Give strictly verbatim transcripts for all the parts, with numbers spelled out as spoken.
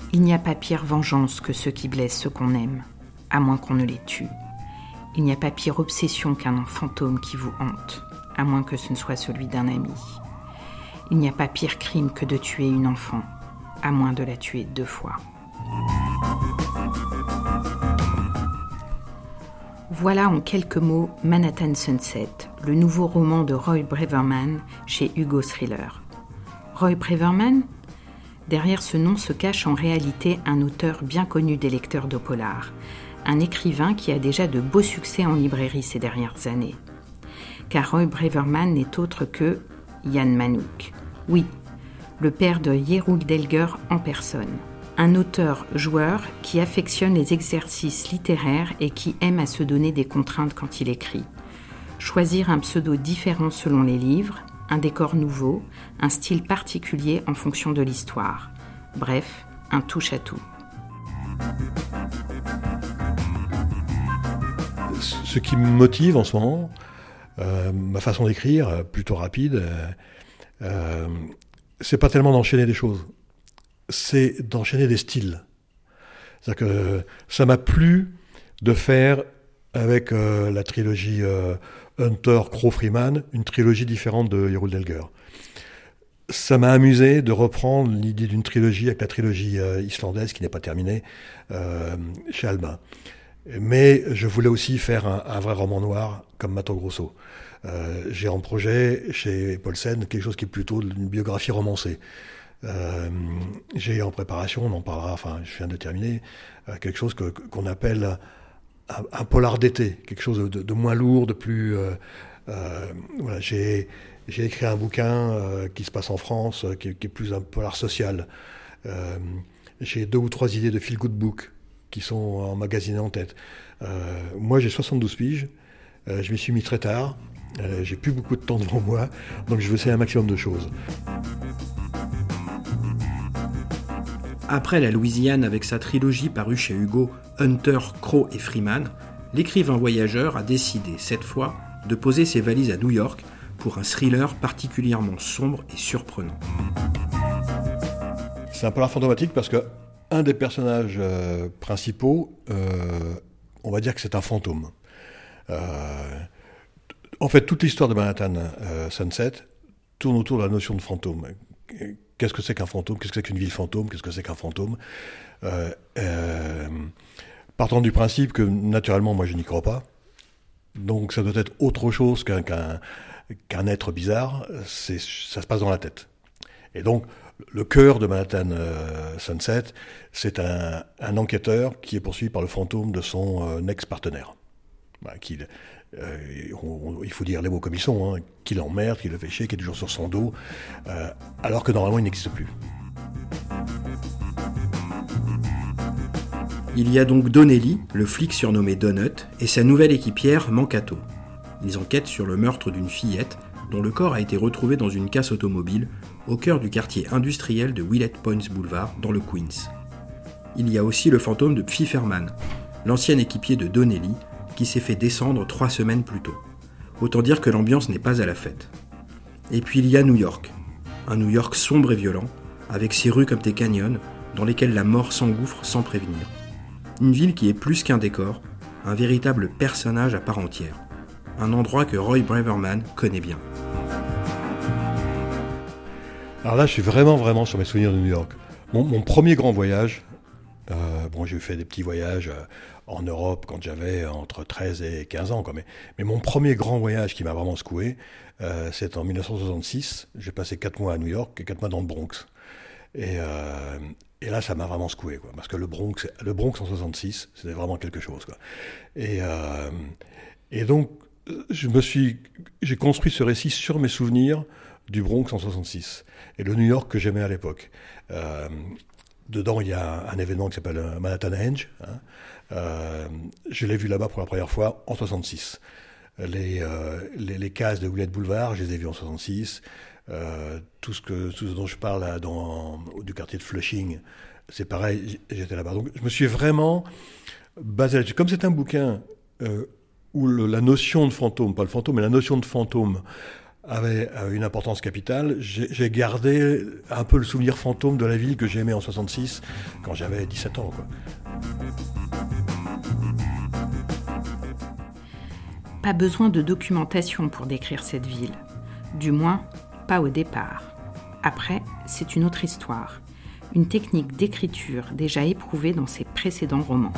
Il n'y a pas pire vengeance que ceux qui blessent ceux qu'on aime, à moins qu'on ne les tue. Il n'y a pas pire obsession qu'un nom fantôme qui vous hante, à moins que ce ne soit celui d'un ami. Il n'y a pas pire crime que de tuer une enfant, à moins de la tuer deux fois. Voilà en quelques mots Manhattan Sunset, le nouveau roman de Roy Braverman chez Hugo Thriller. Roy Braverman ? Derrière ce nom se cache en réalité un auteur bien connu des lecteurs de polar, un écrivain qui a déjà de beaux succès en librairie ces dernières années. Car Roy Braverman n'est autre que Jan Manouk. Oui, le père de Jeroen Delger en personne. Un auteur-joueur qui affectionne les exercices littéraires et qui aime à se donner des contraintes quand il écrit. Choisir un pseudo différent selon les livres, un décor nouveau, un style particulier en fonction de l'histoire. Bref, un touche-à-tout. Ce qui me motive en ce moment, euh, ma façon d'écrire, plutôt rapide, euh, euh, c'est pas tellement d'enchaîner des choses, c'est d'enchaîner des styles. C'est-à-dire que ça m'a plu de faire avec euh, la trilogie euh, Hunter, Crow, Freeman, une trilogie différente de Jeroen Delger. Ça m'a amusé de reprendre l'idée d'une trilogie avec la trilogie euh, islandaise qui n'est pas terminée euh, chez Albin. Mais je voulais aussi faire un, un vrai roman noir comme Mato Grosso. Euh, j'ai en projet chez Paulsen quelque chose qui est plutôt une biographie romancée. Euh, j'ai en préparation, on en parlera, enfin je viens de terminer, euh, quelque chose que, qu'on appelle un, un polar d'été, quelque chose de, de moins lourd, de plus... Euh, euh, voilà, j'ai, j'ai écrit un bouquin euh, qui se passe en France, euh, qui, qui est plus un polar social. Euh, j'ai deux ou trois idées de feel-good book qui sont emmagasinés en tête. Euh, moi, j'ai soixante-douze piges, euh, je m'y suis mis très tard, euh, j'ai plus beaucoup de temps devant moi, donc je veux essayer un maximum de choses. Après la Louisiane avec sa trilogie parue chez Hugo, Hunter, Crow et Freeman, l'écrivain voyageur a décidé, cette fois, de poser ses valises à New York pour un thriller particulièrement sombre et surprenant. C'est un polar fantomatique parce que un des personnages euh, principaux, euh, on va dire que c'est un fantôme. Euh, en fait, toute l'histoire de Manhattan euh, Sunset tourne autour de la notion de fantôme. Qu'est-ce que c'est qu'un fantôme ? Qu'est-ce que c'est qu'une ville fantôme ? Qu'est-ce que c'est qu'un fantôme ? euh, euh, Partant du principe que, naturellement, moi, je n'y crois pas. Donc, ça doit être autre chose qu'un, qu'un, qu'un être bizarre. C'est, ça se passe dans la tête. Et donc, le cœur de Manhattan euh, Sunset, c'est un, un enquêteur qui est poursuivi par le fantôme de son euh, ex-partenaire. Bah, qu'il, euh, on, on, il faut dire les mots comme ils sont, hein, qui l'emmerde, qui le fait chier, qui est toujours sur son dos, euh, alors que normalement il n'existe plus. Il y a donc Donnelly, le flic surnommé Donut, et sa nouvelle équipière Mankato. Ils enquêtent sur le meurtre d'une fillette dont le corps a été retrouvé dans une casse automobile au cœur du quartier industriel de Willett Points Boulevard, dans le Queens. Il y a aussi le fantôme de Pfifferman, l'ancien équipier de Donnelly, qui s'est fait descendre trois semaines plus tôt. Autant dire que l'ambiance n'est pas à la fête. Et puis il y a New York, un New York sombre et violent, avec ses rues comme des canyons, dans lesquels la mort s'engouffre sans prévenir. Une ville qui est plus qu'un décor, un véritable personnage à part entière. Un endroit que Roy Braverman connaît bien. Alors là, je suis vraiment, vraiment sur mes souvenirs de New York. Mon, mon premier grand voyage, euh, bon, j'ai fait des petits voyages euh, en Europe quand j'avais entre treize et quinze ans, quoi. Mais, mais mon premier grand voyage qui m'a vraiment secoué, euh, c'est en dix-neuf cent soixante-six. J'ai passé quatre mois à New York et quatre mois dans le Bronx. Et, euh, et là, ça m'a vraiment secoué, quoi. Parce que le Bronx, le Bronx en soixante-six, c'était vraiment quelque chose, quoi. Et, euh, et donc, je me suis, j'ai construit ce récit sur mes souvenirs du Bronx en soixante-six et le New York que j'aimais à l'époque. Euh, dedans, il y a un, un événement qui s'appelle Manhattan Henge. Hein. Euh, je l'ai vu là-bas pour la première fois en soixante-six. Les, euh, les, les cases de Willett Boulevard, je les ai vues en soixante-six. Euh, tout ce que, tout ce dont je parle là, dans, du quartier de Flushing, c'est pareil, j'étais là-bas. Donc, je me suis vraiment basé là-dessus. Comme c'est un bouquin euh, où le, la notion de fantôme, pas le fantôme, mais la notion de fantôme avait une importance capitale, j'ai, j'ai gardé un peu le souvenir fantôme de la ville que j'aimais en soixante-six, quand j'avais dix-sept ans, quoi. Pas besoin de documentation pour décrire cette ville. Du moins, pas au départ. Après, c'est une autre histoire. Une technique d'écriture déjà éprouvée dans ses précédents romans.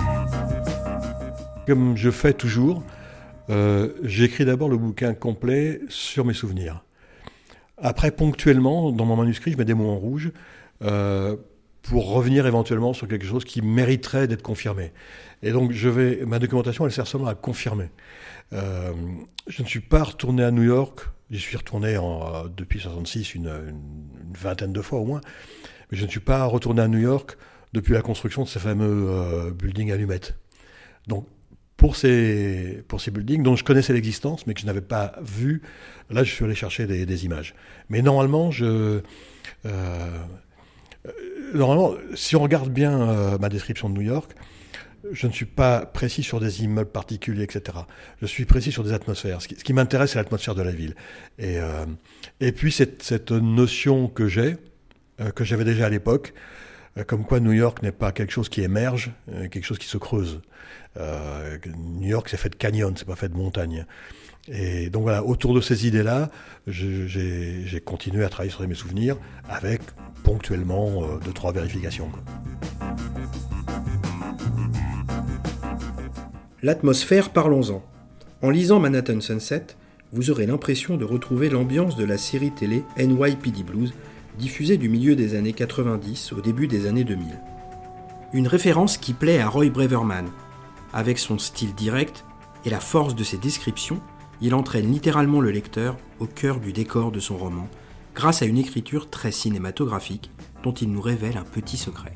Comme je fais toujours, euh, j'écris d'abord le bouquin complet sur mes souvenirs. Après, ponctuellement, dans mon manuscrit, je mets des mots en rouge euh, pour revenir éventuellement sur quelque chose qui mériterait d'être confirmé. Et donc, je vais, ma documentation, elle sert seulement à confirmer. Euh, je ne suis pas retourné à New York. J'y suis retourné en, depuis soixante-six une, une, une vingtaine de fois au moins. Mais je ne suis pas retourné à New York depuis la construction de ces fameux euh, buildings allumettes. Donc, pour ces, pour ces buildings dont je connaissais l'existence, mais que je n'avais pas vu, là, je suis allé chercher des, des images. Mais normalement, je, euh, normalement, si on regarde bien euh, ma description de New York, je ne suis pas précis sur des immeubles particuliers, et cetera. Je suis précis sur des atmosphères. Ce qui, ce qui m'intéresse, c'est l'atmosphère de la ville. Et, euh, et puis, cette, cette notion que j'ai, euh, que j'avais déjà à l'époque, euh, comme quoi New York n'est pas quelque chose qui émerge, euh, quelque chose qui se creuse. Euh, New York, c'est fait de canyons, c'est pas fait de montagnes. Et donc voilà, autour de ces idées-là, je, j'ai, j'ai continué à travailler sur mes souvenirs, avec ponctuellement euh, deux, trois vérifications, quoi. L'atmosphère, parlons-en. En lisant Manhattan Sunset, vous aurez l'impression de retrouver l'ambiance de la série télé N Y P D Blues, diffusée du milieu des années quatre-vingt-dix au début des années deux mille. Une référence qui plaît à Roy Braverman. Avec son style direct et la force de ses descriptions, il entraîne littéralement le lecteur au cœur du décor de son roman, grâce à une écriture très cinématographique dont il nous révèle un petit secret.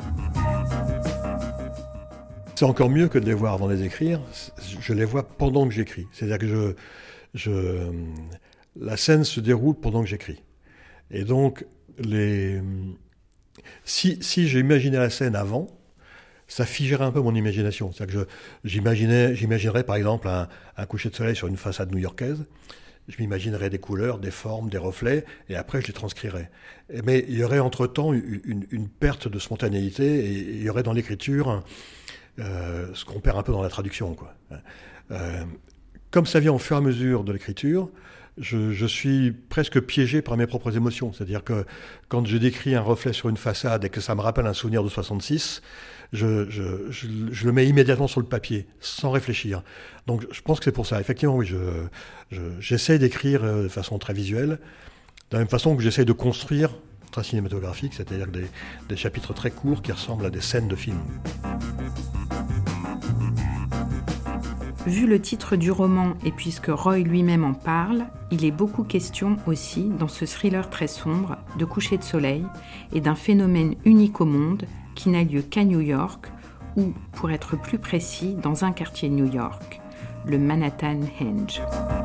C'est encore mieux que de les voir avant de les écrire, je les vois pendant que j'écris. C'est-à-dire que je, je, la scène se déroule pendant que j'écris. Et donc, les, si, si j'imaginais la scène avant, ça figerait un peu mon imagination. C'est-à-dire que je, j'imaginais, j'imaginerais par exemple un, un coucher de soleil sur une façade new-yorkaise, je m'imaginerais des couleurs, des formes, des reflets, et après je les transcrirais. Mais il y aurait entre-temps une, une, une perte de spontanéité, et il y aurait dans l'écriture un, Euh, ce qu'on perd un peu dans la traduction, quoi. Euh, comme ça vient au fur et à mesure de l'écriture, je, je suis presque piégé par mes propres émotions. C'est-à-dire que quand je décris un reflet sur une façade et que ça me rappelle un souvenir de soixante-six, je, je, je, je le mets immédiatement sur le papier, sans réfléchir. Donc je pense que c'est pour ça. Effectivement, oui, je, je, j'essaie d'écrire de façon très visuelle, de la même façon que j'essaie de construire très cinématographique, c'est-à-dire des, des chapitres très courts qui ressemblent à des scènes de film. Vu le titre du roman et puisque Roy lui-même en parle, il est beaucoup question aussi, dans ce thriller très sombre, de coucher de soleil et d'un phénomène unique au monde qui n'a lieu qu'à New York ou, pour être plus précis, dans un quartier de New York, le Manhattan Henge.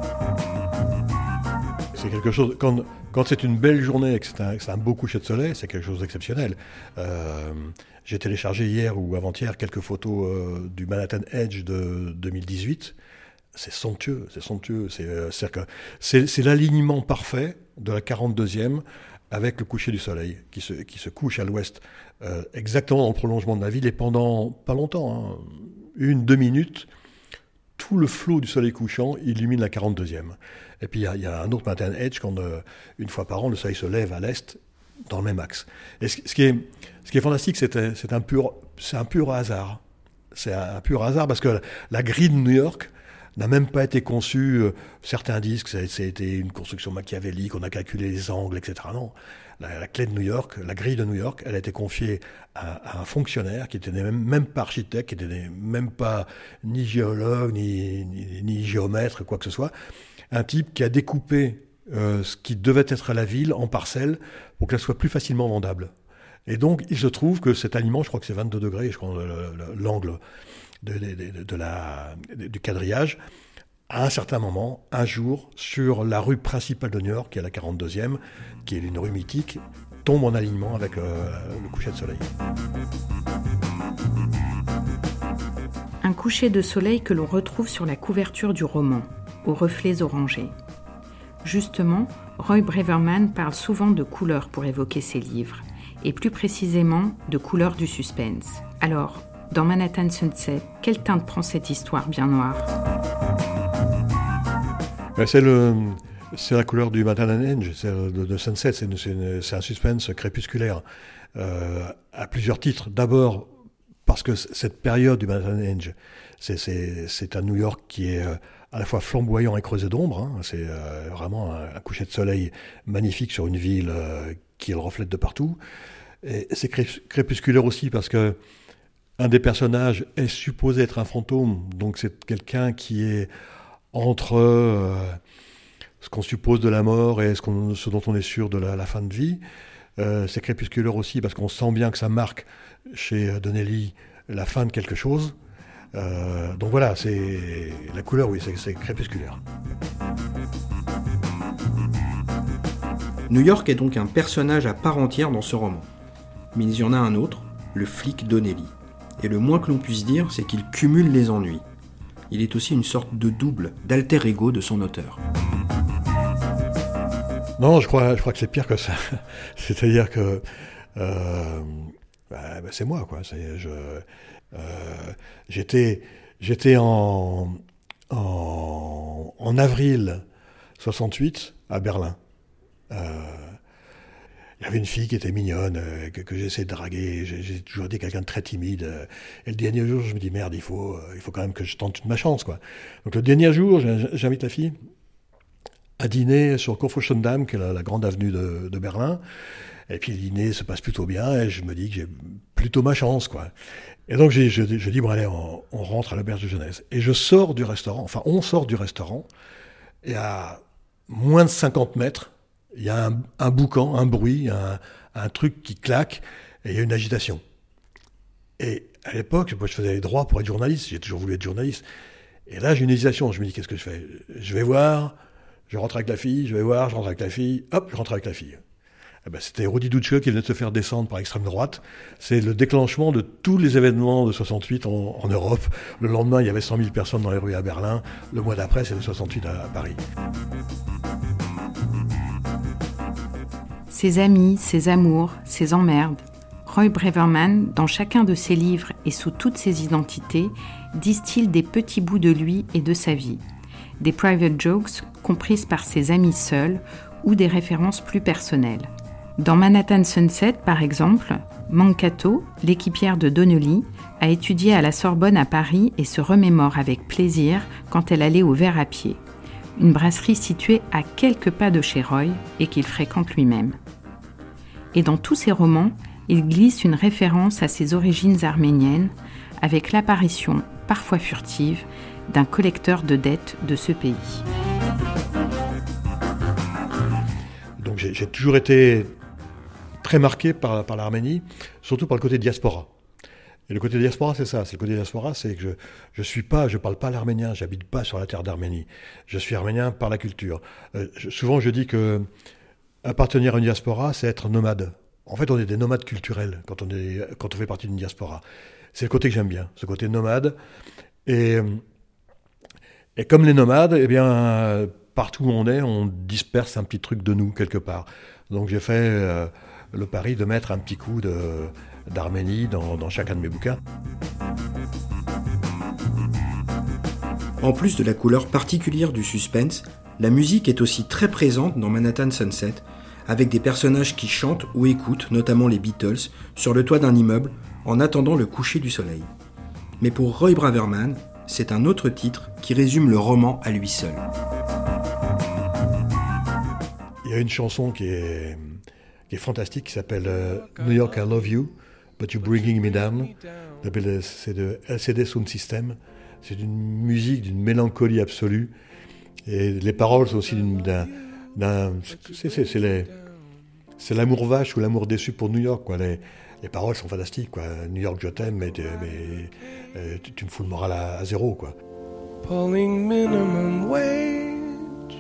C'est quelque chose... Quand... Quand c'est une belle journée et que c'est un, que c'est un beau coucher de soleil, c'est quelque chose d'exceptionnel. Euh, j'ai téléchargé hier ou avant-hier quelques photos euh, du Manhattan Edge de deux mille dix-huit. C'est somptueux, c'est somptueux. C'est, euh, c'est, que c'est, c'est l'alignement parfait de la quarante-deuxième avec le coucher du soleil qui se, qui se couche à l'ouest, euh, exactement dans le prolongement de la ville et pendant pas longtemps, hein, une, deux minutes, tout le flot du soleil couchant illumine la quarante-deuxième. Et puis il y, y a un autre Manhattan Edge quand euh, une fois par an le soleil se lève à l'est dans le même axe. Et ce, ce, qui, est, ce qui est fantastique, c'est, c'est, un pur, c'est un pur hasard. C'est un, un pur hasard parce que la, la grille de New York n'a même pas été conçue. Euh, certains disent que ça, ça a été une construction machiavélique, on a calculé les angles, et cetera. Non. La, la clé de New York, la grille de New York, elle a été confiée à, à un fonctionnaire qui était même, même pas architecte, qui était même pas ni géologue, ni, ni, ni géomètre, quoi que ce soit. Un type qui a découpé euh, ce qui devait être la ville en parcelles pour qu'elle soit plus facilement vendable. Et donc, il se trouve que cet aliment, je crois que c'est vingt-deux degrés, je crois, le, le, l'angle de, de, de, de la, de, du quadrillage, à un certain moment, un jour, sur la rue principale de New York, qui est la quarante-deuxième, qui est une rue mythique, tombe en alignement avec euh, le coucher de soleil. Un coucher de soleil que l'on retrouve sur la couverture du roman, aux reflets orangés. Justement, Roy Braverman parle souvent de couleurs pour évoquer ses livres, et plus précisément de couleurs du suspense. Alors, dans Manhattan Sunset, quelle teinte prend cette histoire bien noire ? Ben c'est, le, c'est la couleur du Manhattan Edge, c'est de, de Sunset, c'est, une, c'est, une, c'est un suspense crépusculaire, euh, à plusieurs titres. D'abord, parce que cette période du Manhattan Edge, c'est, c'est, c'est un New York qui est euh, à la fois flamboyant et creusé d'ombre. Hein. C'est euh, vraiment un, un coucher de soleil magnifique sur une ville euh, qui le reflète de partout. Et c'est crépusculaire aussi parce que un des personnages est supposé être un fantôme, donc c'est quelqu'un qui est entre euh, ce qu'on suppose de la mort et ce, qu'on, ce dont on est sûr de la, la fin de vie. Euh, c'est crépusculaire aussi parce qu'on sent bien que ça marque chez Donnelly la fin de quelque chose. Euh, donc voilà, c'est la couleur, oui, c'est, c'est crépusculaire. New York est donc un personnage à part entière dans ce roman. Mais il y en a un autre, le flic Donnelly. Et le moins que l'on puisse dire, c'est qu'il cumule les ennuis. Il est aussi une sorte de double, d'alter ego de son auteur. Non, je crois, je crois que c'est pire que ça. C'est-à-dire que euh, bah, bah c'est moi, quoi. C'est, je, euh, j'étais, j'étais en, en, en avril soixante-huit à Berlin. Euh, Il y avait une fille qui était mignonne, euh, que, que j'essayais de draguer. J'ai, j'ai toujours été quelqu'un de très timide. Euh, et le dernier jour, je me dis, merde, il faut, euh, il faut quand même que je tente ma chance, quoi. Donc le dernier jour, j'invite la fille à dîner sur Kurfürstendamm, qui est la, la grande avenue de, de Berlin. Et puis le dîner se passe plutôt bien, et je me dis que j'ai plutôt ma chance, quoi. Et donc j'ai, je, je dis, bon allez, on, on rentre à l'auberge de jeunesse. Et je sors du restaurant, enfin on sort du restaurant, et à moins de cinquante mètres, il y a un, un boucan, un bruit, un, un truc qui claque, et il y a une agitation. Et à l'époque, moi, je faisais les droits pour être journaliste, j'ai toujours voulu être journaliste. Et là, j'ai une hésitation, je me dis, qu'est-ce que je fais ? Je vais voir, je rentre avec la fille, je vais voir, je rentre avec la fille, hop, je rentre avec la fille. Eh ben, c'était Rudi Dutschke qui venait de se faire descendre par l'extrême droite. C'est le déclenchement de tous les événements de soixante-huit en, en Europe. Le lendemain, il y avait cent mille personnes dans les rues à Berlin. Le mois d'après, c'est le soixante-huit à, à Paris. Ses amis, ses amours, ses emmerdes. Roy Braverman, dans chacun de ses livres et sous toutes ses identités, distille des petits bouts de lui et de sa vie. Des private jokes comprises par ses amis seuls ou des références plus personnelles. Dans Manhattan Sunset, par exemple, Mankato, l'équipière de Donnelly, a étudié à la Sorbonne à Paris et se remémore avec plaisir quand elle allait au Verre à pied, une brasserie située à quelques pas de chez Roy et qu'il fréquente lui-même. Et dans tous ses romans, il glisse une référence à ses origines arméniennes, avec l'apparition, parfois furtive, d'un collecteur de dettes de ce pays. Donc j'ai, j'ai toujours été très marqué par, par l'Arménie, surtout par le côté diaspora. Et le côté diaspora, c'est ça. C'est le côté diaspora, c'est que je je suis pas, je parle pas l'arménien, j'habite pas sur la terre d'Arménie. Je suis arménien par la culture. Euh, je, souvent, je dis que appartenir à une diaspora, c'est être nomade. En fait, on est des nomades culturels quand on est quand on fait partie d'une diaspora. C'est le côté que j'aime bien, ce côté nomade. Et et comme les nomades, eh bien, partout où on est, on disperse un petit truc de nous quelque part. Donc, j'ai fait euh, le pari de mettre un petit coup de d'Arménie dans, dans chacun de mes bouquins. En plus de la couleur particulière du suspense, la musique est aussi très présente dans Manhattan Sunset, avec des personnages qui chantent ou écoutent, notamment les Beatles, sur le toit d'un immeuble, en attendant le coucher du soleil. Mais pour Roy Braverman, c'est un autre titre qui résume le roman à lui seul. Il y a une chanson qui est, qui est fantastique, qui s'appelle euh, New York, I Love You, But You're Bringing Me Down. C'est de L C D Sound System. C'est une musique d'une mélancolie absolue. Et les paroles sont aussi d'un... d'un c'est, c'est, c'est, les, c'est l'amour vache ou l'amour déçu pour New York, quoi. Les, les paroles sont fantastiques, quoi. New York, je t'aime, mais, mais euh, tu, tu me fous le moral à, à zéro, quoi. Pulling minimum wage.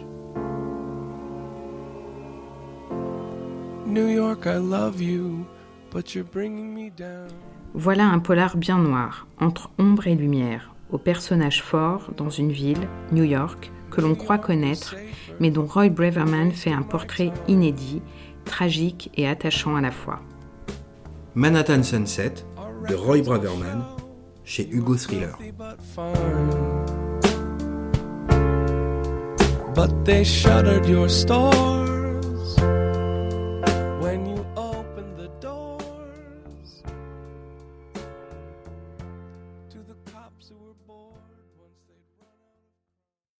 New York, I love you, but you're bringing me down. Voilà un polar bien noir, entre ombre et lumière, aux personnages forts dans une ville, New York, que l'on croit connaître, mais dont Roy Braverman fait un portrait inédit, tragique et attachant à la fois. Manhattan Sunset, de Roy Braverman, chez Hugo Thriller. But they shuttered your store.